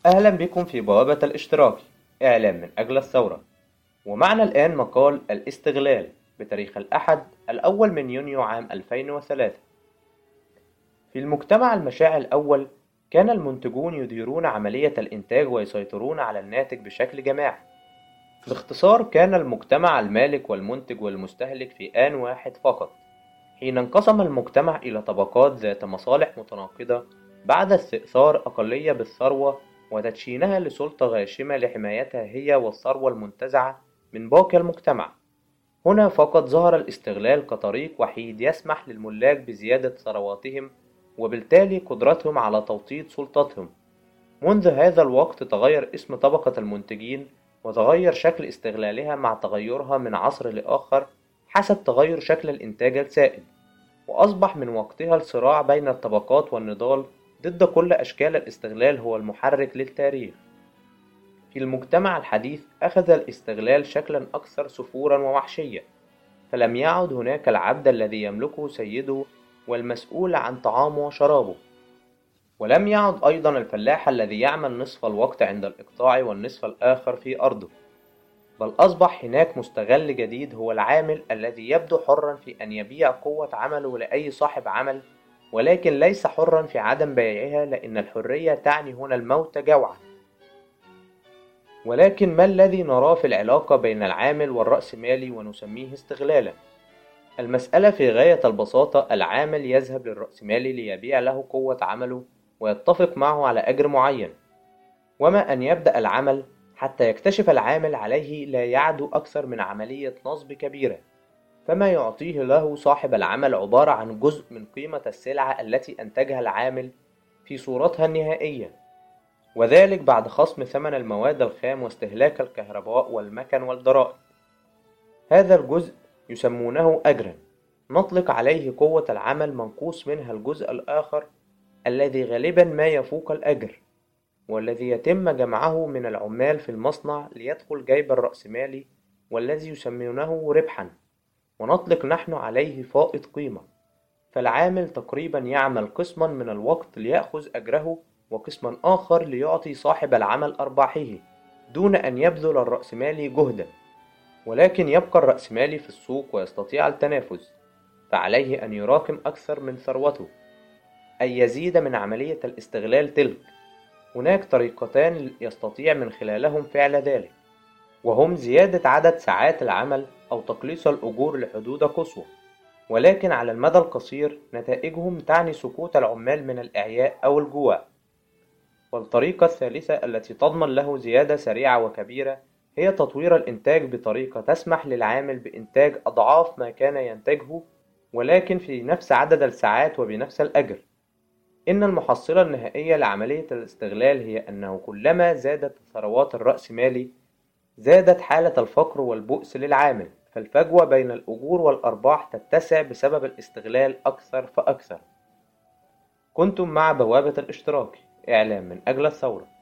أهلا بكم في بوابة الاشتراك، إعلام من أجل الثورة. ومعنا الآن مقال الاستغلال بتاريخ الأحد الأول من يونيو عام 2003. في المجتمع المشاع الأول، كان المنتجون يديرون عملية الإنتاج ويسيطرون على الناتج بشكل جماعي. باختصار، كان المجتمع المالك والمنتج والمستهلك في آن واحد فقط. حين انقسم المجتمع إلى طبقات ذات مصالح متناقضة بعد استئثار أقلية بالثروة وتدشينها لسلطة غاشمة لحمايتها هي والثروة المنتزعة من باقي المجتمع، هنا فقط ظهر الاستغلال كطريق وحيد يسمح للملاك بزيادة ثرواتهم وبالتالي قدرتهم على توطيد سلطتهم. منذ هذا الوقت تغير اسم طبقة المنتجين وتغير شكل استغلالها مع تغيرها من عصر لآخر حسب تغير شكل الإنتاج السائد، وأصبح من وقتها الصراع بين الطبقات والنضال ضد كل أشكال الاستغلال هو المحرك للتاريخ. في المجتمع الحديث أخذ الاستغلال شكلا أكثر سفورا ووحشية، فلم يعد هناك العبد الذي يملكه سيده والمسؤول عن طعامه وشرابه، ولم يعد أيضا الفلاح الذي يعمل نصف الوقت عند الإقطاع والنصف الآخر في أرضه، بل أصبح هناك مستغل جديد هو العامل الذي يبدو حرا في أن يبيع قوة عمله لأي صاحب عمل، ولكن ليس حرا في عدم بيعها، لأن الحرية تعني هنا الموت جوعا. ولكن ما الذي نراه في العلاقة بين العامل والرأسمالي ونسميه استغلالا؟ المسألة في غاية البساطة، العامل يذهب للرأسمالي ليبيع له قوة عمله ويتفق معه على أجر معين، وما أن يبدأ العمل حتى يكتشف العامل عليه لا يعدو أكثر من عملية نصب كبيرة، فما يعطيه له صاحب العمل عبارة عن جزء من قيمة السلعة التي أنتجها العامل في صورتها النهائية، وذلك بعد خصم ثمن المواد الخام واستهلاك الكهرباء والمكن والضرائب. هذا الجزء يسمونه أجرا، نطلق عليه قوة العمل منقوص منها الجزء الآخر الذي غالبا ما يفوق الأجر، والذي يتم جمعه من العمال في المصنع ليدخل جيب الرأسمالي، والذي يسمونه ربحا، ونطلق نحن عليه فائض قيمة. فالعامل تقريبا يعمل قسما من الوقت ليأخذ أجره وقسما آخر ليعطي صاحب العمل أرباحه دون أن يبذل الرأسمالي جهدا، ولكن يبقى الرأسمالي في السوق ويستطيع التنافس، فعليه أن يراكم أكثر من ثروته، أي يزيد من عملية الاستغلال تلك. هناك طريقتان يستطيع من خلالهم فعل ذلك، وهم زيادة عدد ساعات العمل أو تقليص الأجور لحدود قصوى، ولكن على المدى القصير نتائجهم تعني سقوط العمال من الإعياء أو الجوع. والطريقة الثالثة التي تضمن له زيادة سريعة وكبيرة هي تطوير الإنتاج بطريقة تسمح للعامل بإنتاج أضعاف ما كان ينتجه، ولكن في نفس عدد الساعات وبنفس الأجر. إن المحصلة النهائية لعملية الاستغلال هي أنه كلما زادت ثروات الرأسمالي زادت حالة الفقر والبؤس للعامل، فالفجوة بين الأجور والأرباح تتسع بسبب الاستغلال أكثر فأكثر. كنتم مع بوابة الاشتراك، إعلام من أجل الثورة.